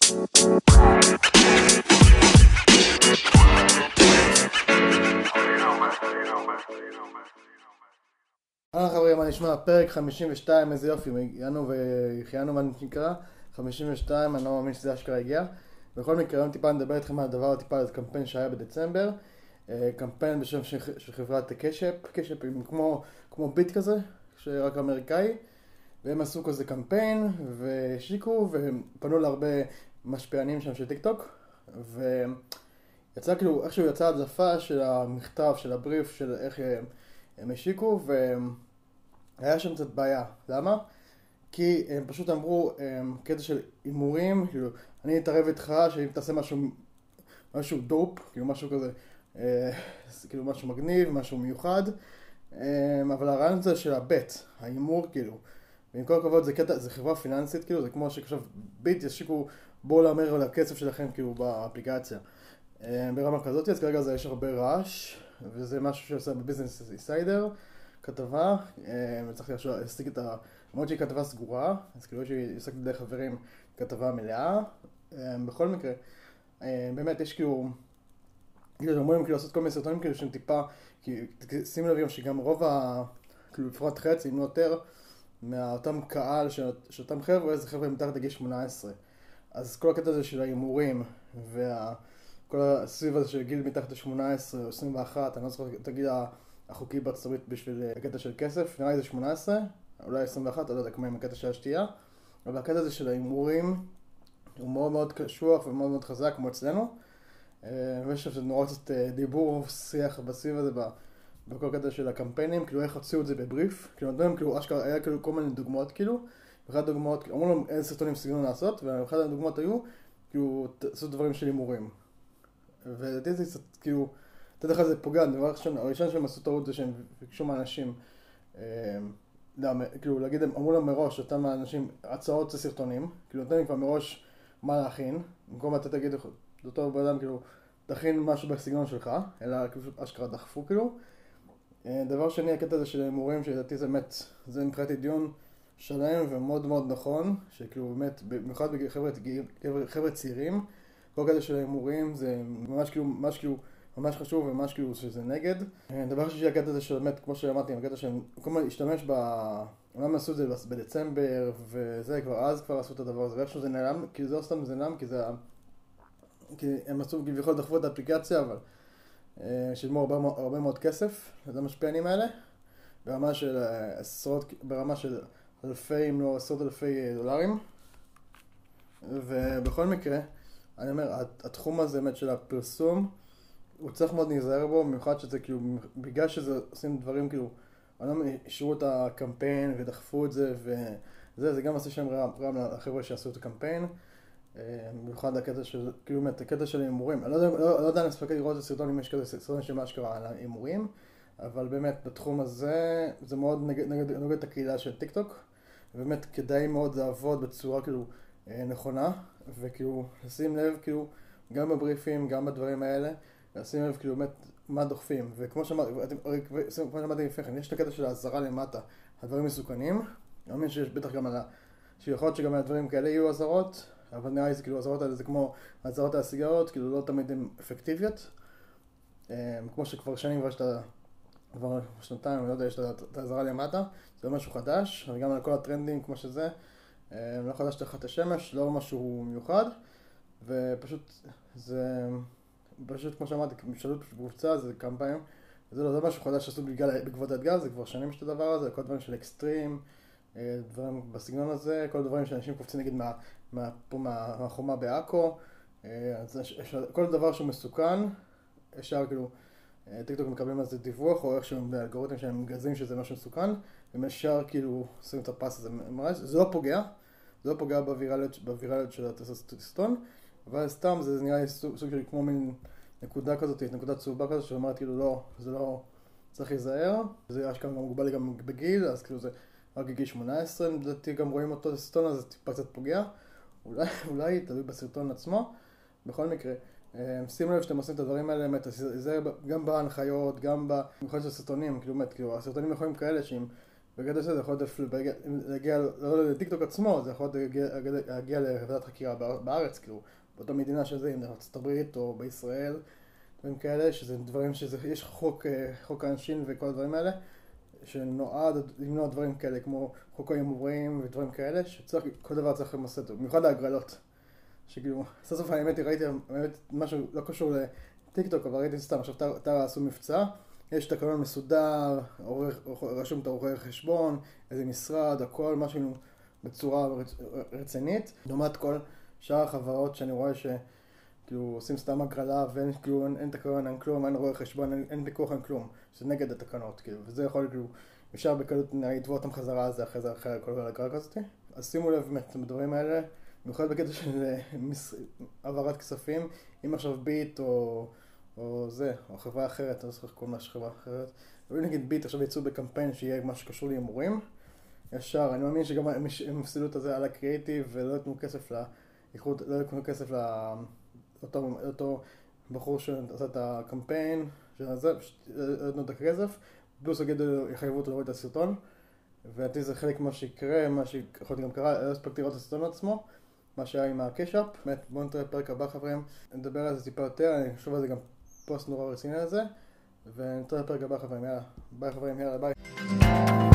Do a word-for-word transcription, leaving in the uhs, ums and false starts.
אהלן חברים, מה נשמע? פרק חמישים ושתיים, איזה יופי, הגענו והחיינו מה שנקרא חמישים ושתיים, אני לא מאמין שזה אשכרה הגיע. בכל מקרה, היום טיפה נדבר איתכם על הדבר, טיפה על קמפיין שהיה בדצמבר, קמפיין בשם של חברת קשאפ, קשאפ כמו, כמו ביט כזה, שרק אמריקאי, והם עשו כזה קמפיין והשיקו ופנו להרבה משפיענים שם של טיק טוק, ויצא כאילו איכשהו יצא הדלפה של המכתב, של הבריף, של איך הם השיקו, והיה שם קצת בעיה. למה? כי הם פשוט אמרו קטע של אימורים, כאילו אני אתערב איתך שאם תעשה משהו משהו דופ, כאילו משהו כזה, כאילו משהו מגניב, משהו מיוחד, אבל הרעיון זה של הבט, האימור כאילו, ועם כל הכבוד זה קטע, זה חברה פיננסית כאילו, זה כמו שכשב ביט ישיקו בואו להמר על הכסף שלכם כאילו באפליקציה ברמה כזאת. אז כרגע זה יש הרבה רעש, וזה משהו שעושה בביזנס אינסיידר, כתבה, וצריך להשיג את ה... למרות שהיא כתבה סגורה, אז כאילו שהיא עוסקת בידי חברים כתבה מלאה. בכל מקרה, באמת יש כאילו, כאילו אמורים כאילו לעשות כל מיני סרטונים כאילו שהם טיפה, כי שימו לב גם שגם רוב ה... כאילו לפחות חצי, אם לא יותר, מאותם קהל שאותם חבר'ה, זה חבר'ה מתחת לגיל שמונה עשרה. אז כל הקטע הזה של ההימורים, וה... כל הסביב הזה של גיל מתחת ל-שמונה עשרה או עשרים ואחת, אני לא זוכר את הגיל החוקי בארצות הברית בשביל הקטע של כסף, נראה לי זה שמונה עשרה, אולי עשרים ואחת, אני לא יודע כמו עם הקטע של השתייה, אבל הקטע הזה של ההימורים הוא מאוד מאוד קשוח ומאוד מאוד חזק כמו אצלנו, ויש שם נורא קצת דיבור, שיח בסביב הזה בכל קטע של הקמפיינים, כאילו איך הוציאו את זה בבריף, כאילו נדברים, כאילו אשכרה היה כאילו כל מיני דוגמאות כאילו, ואחת הדוגמאות, אמרו לנו אין סרטונים סגנון לעשות, ואחת הדוגמאות היו, כאילו, תעשו דברים של הימורים. ולדעתי זה קצת, כאילו, תדע לך זה פוגע, דבר ראשון, הראשון שהם עשו טעות זה שהם ביקשו מהאנשים, כאילו, להגיד, אמרו להם מראש, אותם האנשים, הצעות לסרטונים, כאילו, נותנים כבר מראש מה להכין, במקום אתה תגיד, אותו באדם, כאילו, תכין משהו בסגנון שלך, אלא כאילו, אשכרה דחפו, כאילו. דבר שני, הקטע הזה של הימורים, שלדעתי זה באמת, זה מבחינתי דיון שלם ומאוד מאוד נכון, שכאילו, באמת, במיוחד בחבר'ה צעירים, כל כזה של ההימורים זה ממש כאילו, ממש כאילו, ממש חשוב וממש כאילו שזה נגד. דבר שלישי, הקטע הזה שבאמת, כמו שאמרתי, הקטע שהם כל הזמן השתמש ב... הם עשו את זה בדצמבר, וזה כבר אז כבר עשו את הדבר הזה, ואיכשהו זה נעלם, כי זה לא סתם זה נעלם, כי זה... כי הם עשו כביכול דחפו את האפליקציה, אבל שילמו הרבה, הרבה מאוד כסף, זה המשפיענים האלה, ברמה של עשרות, ברמה של אלפי, אם לא עשרות אלפי דולרים. ובכל מקרה, אני אומר, התחום הזה באמת של הפרסום, הוא צריך מאוד להיזהר בו, במיוחד שזה כאילו, בגלל שזה עושים דברים כאילו, אני לא אישרו את הקמפיין ודחפו את זה, וזה, זה גם עושה שם רם לחבר'ה שעשו את הקמפיין, במיוחד הקטע של, כאילו באמת, הקטע של הימורים. אני לא יודע, לא, לא יודע אני אספק לראות את הסרטון אם יש כזה סרטון של מה שקרה על ההימורים, אבל באמת, בתחום הזה, זה מאוד נגד, נגד, נגד את הקהילה של טיק טוק, ובאמת כדאי מאוד לעבוד בצורה כאילו נכונה, וכאילו לשים לב כאילו גם בבריפים, גם בדברים האלה, לשים לב כאילו באמת מה דוחפים. וכמו שאמרתי, כמו שאמרתי לפני כן, יש את הקטע של ההזרה למטה, הדברים מסוכנים. אני מאמין שיש בטח גם על ה... שיכול להיות שגם על הדברים כאלה יהיו הזרות, אבל נראה לי זה כאילו הזרות האלה זה כמו הזרות על הסיגרות, כאילו לא תמיד הן אפקטיביות. כמו שכבר שנים כבר יש את ה... כבר שנתיים, אני לא יודע, יש את ההזרה למטה, זה משהו חדש, וגם על כל הטרנדים כמו שזה. לא חדש תחת השמש, לא משהו מיוחד, ופשוט זה, פשוט כמו שאמרתי, משאלות בקבוצה, זה כמה פעמים, זה לא, זה משהו חדש שעשו בעקבות האתגר, זה כבר שנים של הדבר הזה, כל דברים של אקסטרים, דברים בסגנון הזה, כל דברים שאנשים קופצים נגיד מה, מה, פה מה, מהחומה בעכו, כל דבר שהוא מסוכן, אפשר כאילו, טיק טוק מקבלים על זה דיווח, או איכשהו באלגוריתם שהם מגזים שזה משהו מסוכן, הם ישר כאילו עושים את הפס הזה, זה לא פוגע, זה לא פוגע בווירליות, בווירליות של הטסטוסטרון, אבל סתם זה נראה לי סוג של כמו מין נקודה כזאת, נקודה צהובה כזאת, שאומרת כאילו לא, זה לא צריך להיזהר, זה אשכרה גם מוגבל גם בגיל, אז כאילו זה רק בגיל שמונה עשרה, לדעתי גם רואים אותו סרטון, אז זה טיפה קצת פוגע, אולי, אולי תלוי בסרטון עצמו, בכל מקרה. שימו לב שאתם עושים את הדברים האלה, זה גם בהנחיות, גם במיוחד של סרטונים, כאילו באמת, כאילו, הסרטונים יכולים כאלה שאם בגלל זה זה יכול להיות אפילו להגיע, לא לטיקטוק עצמו, זה יכול להיות להגיע לוועדת חקירה בארץ, כאילו, באותה מדינה שזה, אם בארצות הברית או בישראל, דברים כאלה, שזה דברים שיש חוק, חוק האנשים וכל הדברים האלה, שנועד למנוע דברים כאלה, כמו חוק ההימורים ודברים כאלה, שצריך, כל דבר צריך למסד אותו, במיוחד ההגרלות. שכאילו, סוף סוף האמת, ראיתי באמת משהו לא קשור לטיקטוק, אבל ראיתי סתם, עכשיו טרה עשו מבצע, יש תקנון מסודר, רשום את עורכי חשבון, איזה משרד, הכל, משהו בצורה רצינית. לעומת כל שאר החברות שאני רואה שכאילו עושים סתם הגרלה ואין כאילו, אין, אין תקנון, אין כלום, אין עורכי חשבון, אין, אין פיקוח, אין כלום. שזה נגד התקנות, כאילו, וזה יכול כאילו, אפשר בקלות לתבוע אותם חזרה על זה אחרי זה, אחרי כל הגרלה כזאת. אז שימו לב באמת, בדברים האלה, במיוחד בקטע של העברת כספים, אם עכשיו ביט או... או זה, או חברה אחרת, לא זוכר כל מה שחברה אחרת. אבל נגיד ביט עכשיו יצאו בקמפיין שיהיה משהו שקשור להימורים. ישר, אני מאמין שגם הם הפסידו את זה על הקריאיטיב ולא יתנו כסף ל... לא יתנו כסף לאותו בחור שעשה את הקמפיין, שזה, לא יתנו את הכסף, פלוס יגידו, יחייבו אותו לראות את הסרטון. ולדעתי זה חלק מה שיקרה, מה שיכול להיות גם קרה, לא הספקתי לראות את הסרטון עצמו. מה שהיה עם הקשאפ. באמת, בואו נתראה בפרק הבא חברים, נדבר על זה טיפה יותר, אני חושב על זה גם פוסט נורא רציני על זה, ונתראה בפרק הבא חברים, יאללה, ביי חברים, יאללה, ביי.